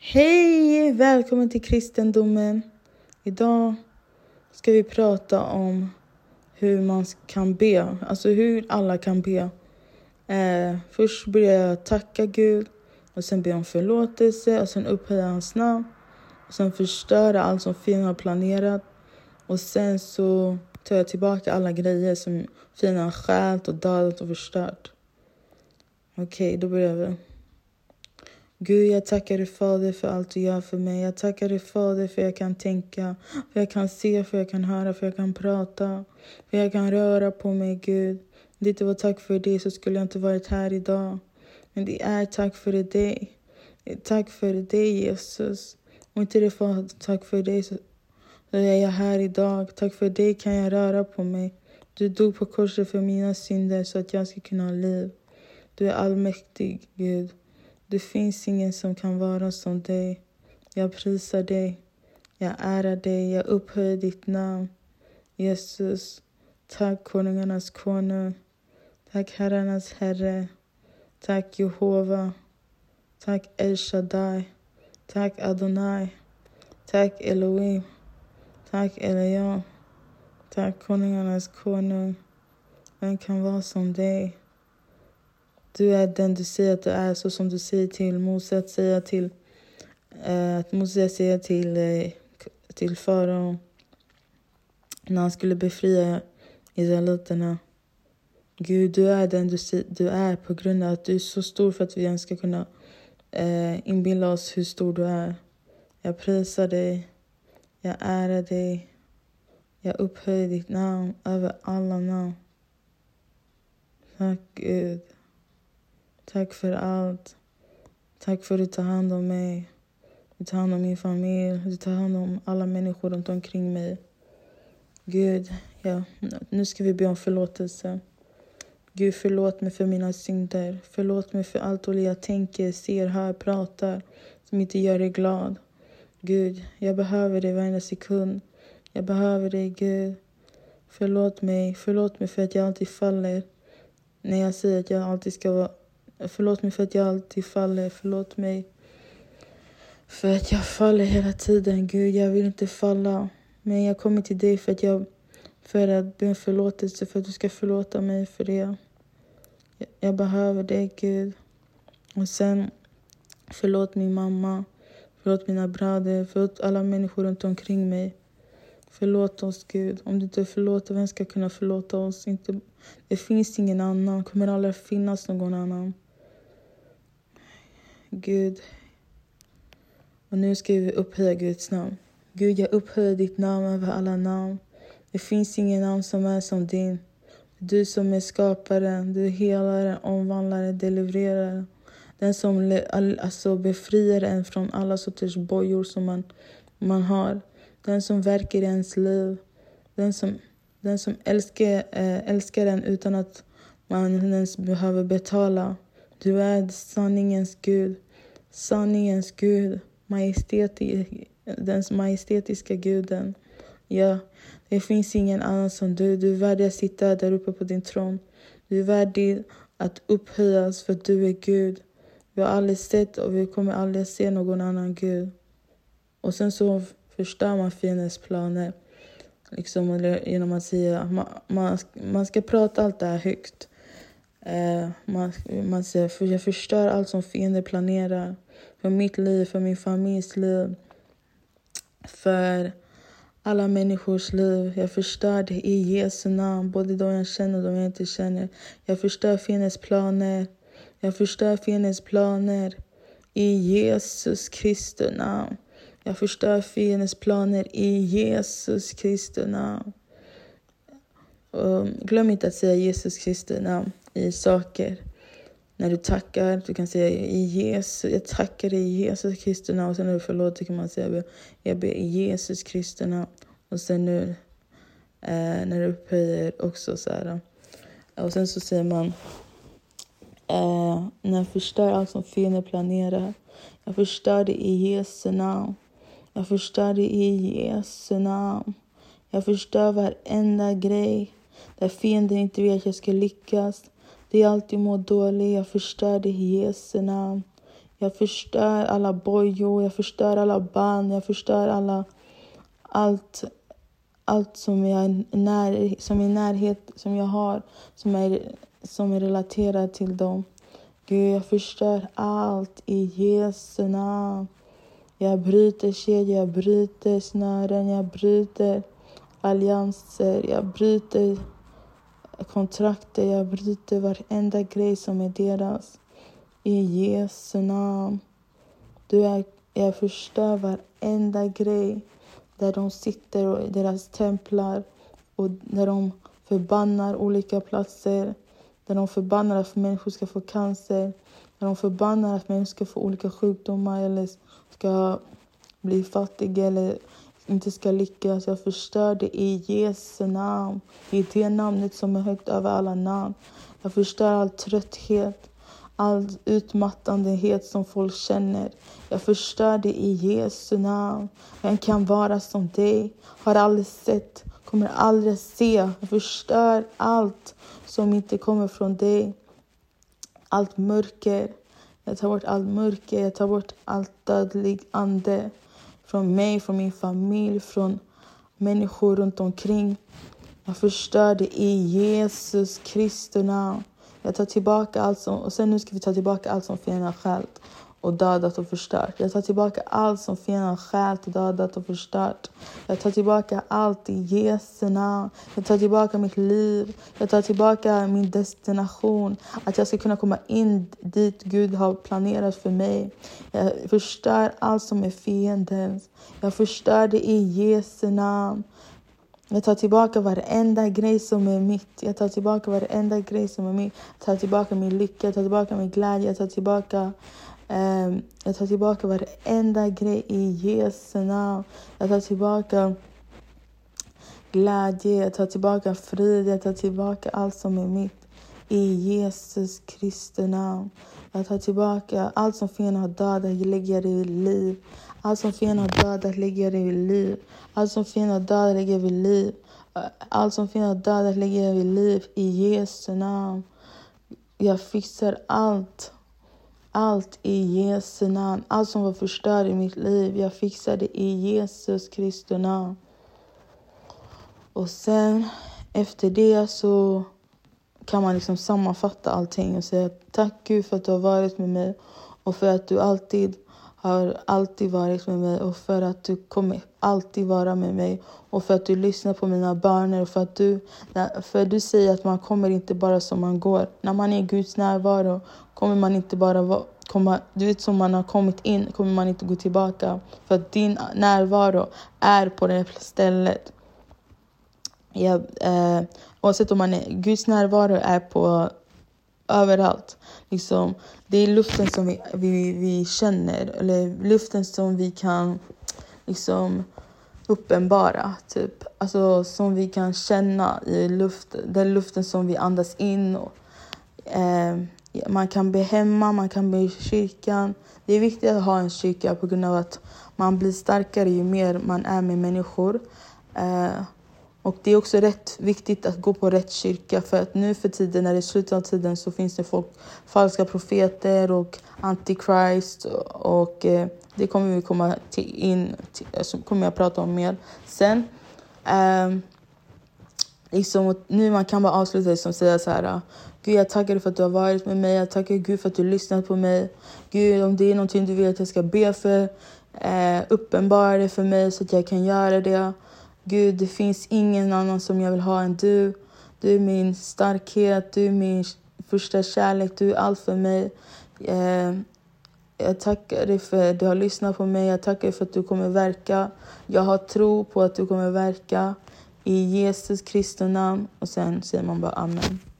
Hej! Välkommen till kristendomen. Idag ska vi prata om hur man kan be. Alltså hur alla kan be. Först börjar jag tacka Gud. Och sen be om förlåtelse. Och sen upphöja hans namn. Och sen förstöra allt som fienden har planerat. Och sen så tar jag tillbaka alla grejer som fienden har stjält och dödat och förstört. Okej, då börjar vi. Gud, jag tackar dig Fader för allt du gör för mig. Jag tackar dig Fader för jag kan tänka, för jag kan se, för jag kan höra, för jag kan prata, för jag kan röra på mig, Gud. Om det inte var tack för det så skulle jag inte varit här idag. Men det är tack för dig. Tack för dig, Jesus. Och inte det var tack för dig så är jag här idag. Tack för dig kan jag röra på mig. Du dog på korset för mina synder så att jag ska kunna ha liv. Du är allmäktig, Gud. Det finns ingen som kan vara som dig. Jag prisar dig. Jag ärar dig. Jag upphöjer ditt namn. Jesus. Tack konungarnas konung. Tack herrarnas herre. Tack Jehova. Tack El Shaddai. Tack Adonai. Tack Elohim. Tack Elion. Tack konungarnas konung. Vem kan vara som dig? Du är den du säger att du är, så som du säger till Mose att säga till Mose säger till farao när han skulle befria israeliterna. Gud, du är den du är på grund av att du är så stor för att vi ens ska kunna inbilla oss hur stor du är. Jag prisar dig. Jag ärar dig. Jag upphöjer ditt namn över alla namn. Tack Gud. Tack för allt. Tack för att du tar hand om mig. Du tar hand om min familj. Du tar hand om alla människor runt omkring mig. Gud, nu ska vi be om förlåtelse. Gud, förlåt mig för mina synder. Förlåt mig för allt dåligt jag tänker, ser, hör, pratar som inte gör dig glad. Gud, jag behöver dig varje sekund. Jag behöver dig, Gud. Förlåt mig för att jag alltid faller. När jag säger att jag alltid ska vara... Förlåt mig för att jag alltid faller. Förlåt mig för att jag faller hela tiden. Gud, jag vill inte falla. Men jag kommer till dig för att be om förlåtelse. För att du ska förlåta mig för det. Jag behöver dig, Gud. Och sen förlåt min mamma. Förlåt mina bröder. Förlåt alla människor runt omkring mig. Förlåt oss, Gud. Om du inte förlåter, vem ska kunna förlåta oss? Det finns ingen annan. Kommer aldrig finnas någon annan. Gud. Och nu ska vi upphöja Guds namn. Gud, jag upphöjer ditt namn över alla namn. Det finns ingen namn som är som din. Du som är skaparen, du är helaren, omvandlaren, deliveraren. Den som befriar en från alla sorters bojor som man har. Den som verkar i ens liv. Den som älskar en utan att man ens behöver betala. Du är sanningens Gud. Sanningens Gud. Den majestätiska guden. Ja, det finns ingen annan som du. Du är värdig att sitta där uppe på din tron. Du är värdig att upphöjas för att du är Gud. Vi har aldrig sett och vi kommer aldrig se någon annan Gud. Och sen så förstör man fiendens planer. Genom att säga man ska prata allt det här högt. Man säger, för jag förstör allt som fienden planerar. För mitt liv, för min familjs liv. För alla människors liv. Jag förstör det i Jesu namn. Både de jag känner och de jag inte känner. Jag förstör fiendens planer. Jag förstör fiendens planer. I Jesus Kristi namn. Jag förstör fiendens planer i Jesus Kristi namn. Glöm inte att säga Jesus Kristi namn i saker. När du tackar, du kan säga i Jesus. Jag tackar dig i Jesus Kristi namn. Och sen när du förlåter kan man säga jag ber i Jesus Kristi namn. Och sen nu när du upphöjer också så här. Och sen så säger man när jag förstör allt som fienden planerar. Jag förstör det i Jesu namn. Jag förstör det i Jesu namn. Jag förstör varenda grej. Där fienden inte vet att jag ska lyckas. Det är alltid må dåligt. Jag förstör det i Jesu namn. Jag förstör alla bojor, jag förstör alla band, jag förstör allt som är närhet, som jag har, som är relaterat till dem. Gud, jag förstör allt i Jesu namn. Jag bryter kedjor, jag bryter snören, jag bryter allianser, jag bryter kontrakter, jag bryter varenda grej som är deras. I Jesu namn. Jag förstör varenda grej där de sitter och i deras templar och där de förbannar olika platser, där de förbannar att människor ska få cancer, där de förbannar att människor ska få olika sjukdomar eller ska bli fattiga eller inte ska lyckas. Jag förstör det i Jesu namn. I det namnet som är högt över alla namn. Jag förstör all trötthet, all utmattandehet som folk känner. Jag förstör det i Jesu namn. Vem kan vara som dig? Har aldrig sett, kommer aldrig se. Jag förstör allt som inte kommer från dig. Allt mörker. Jag tar bort allt mörker. Jag tar bort allt dödlig ande. Från mig, från min familj, från människor runt omkring. Jag förstör det i Jesus Kristi namn. Jag tar tillbaka allt som, och sen nu ska vi ta tillbaka allt som fienden har stjält och dödat och förstört. Jag tar tillbaka allt som fienden har stjält och dödat och förstört. Jag tar tillbaka allt i Jesu namn. Jag tar tillbaka mitt liv. Jag tar tillbaka min destination. Att jag ska kunna komma in dit Gud har planerat för mig. Jag förstör allt som är fiendens. Jag förstör det i Jesu namn. Jag tar tillbaka varenda grej som är mitt. Jag tar tillbaka varenda grej som är mitt. Jag tar tillbaka min lycka. Jag tar tillbaka min glädje. Jag tar tillbaka varenda grej i Jesu namn. Jag tar tillbaka glädje. Jag tar tillbaka frid. Jag tar tillbaka allt som är mitt. I Jesus Kristi namn. Jag tar tillbaka allt som fienden har dödat. Lägger det i liv. Allt som fienden har dödat lägger det i liv. Allt som fienden har dödat lägger vi liv. Allt som fienden har dödat lägger vi liv. I Jesu namn. Jag fixar allt. Allt i Jesu namn. Allt som var förstört i mitt liv. Jag fixar det i Jesus Kristi namn. Och sen efter det så kan man liksom sammanfatta allting och säga tack Gud för att du har varit med mig. Och för att du alltid varit med mig. Och för att du kommer alltid vara med mig. Och för att du lyssnar på mina böner. Och för du säger att man kommer inte bara som man går. När man är i Guds närvaro kommer man inte bara du vet, som man har kommit in kommer man inte gå tillbaka. För att din närvaro är på det stället. Oavsett om man är, Guds närvaro är på överallt. Liksom, det är luften som vi känner. Eller luften som vi kan liksom uppenbara. Typ. Alltså som vi kan känna i luften. Den luften som vi andas in. Och, man kan bli hemma, man kan bli i kyrkan. Det är viktigt att ha en kyrka på grund av att man blir starkare ju mer man är med människor. Och det är också rätt viktigt att gå på rätt kyrka. För att nu för tiden, när det är slutet av tiden, så finns det falska profeter och antikrist. Och det kommer vi komma kommer jag prata om mer sen. Liksom, nu man kan bara avsluta och säga så här: Gud, jag tackar dig för att du har varit med mig. Jag tackar Gud för att du har lyssnat på mig. Gud, om det är någonting du vill att jag ska be för, uppenbara det för mig så att jag kan göra det. Gud, det finns ingen annan som jag vill ha än du. Du är min starkhet, du är min första kärlek, du är allt för mig. Jag tackar dig för att du har lyssnat på mig. Jag tackar dig för att du kommer verka. Jag har tro på att du kommer verka. I Jesus Kristi namn. Och sen säger man bara amen.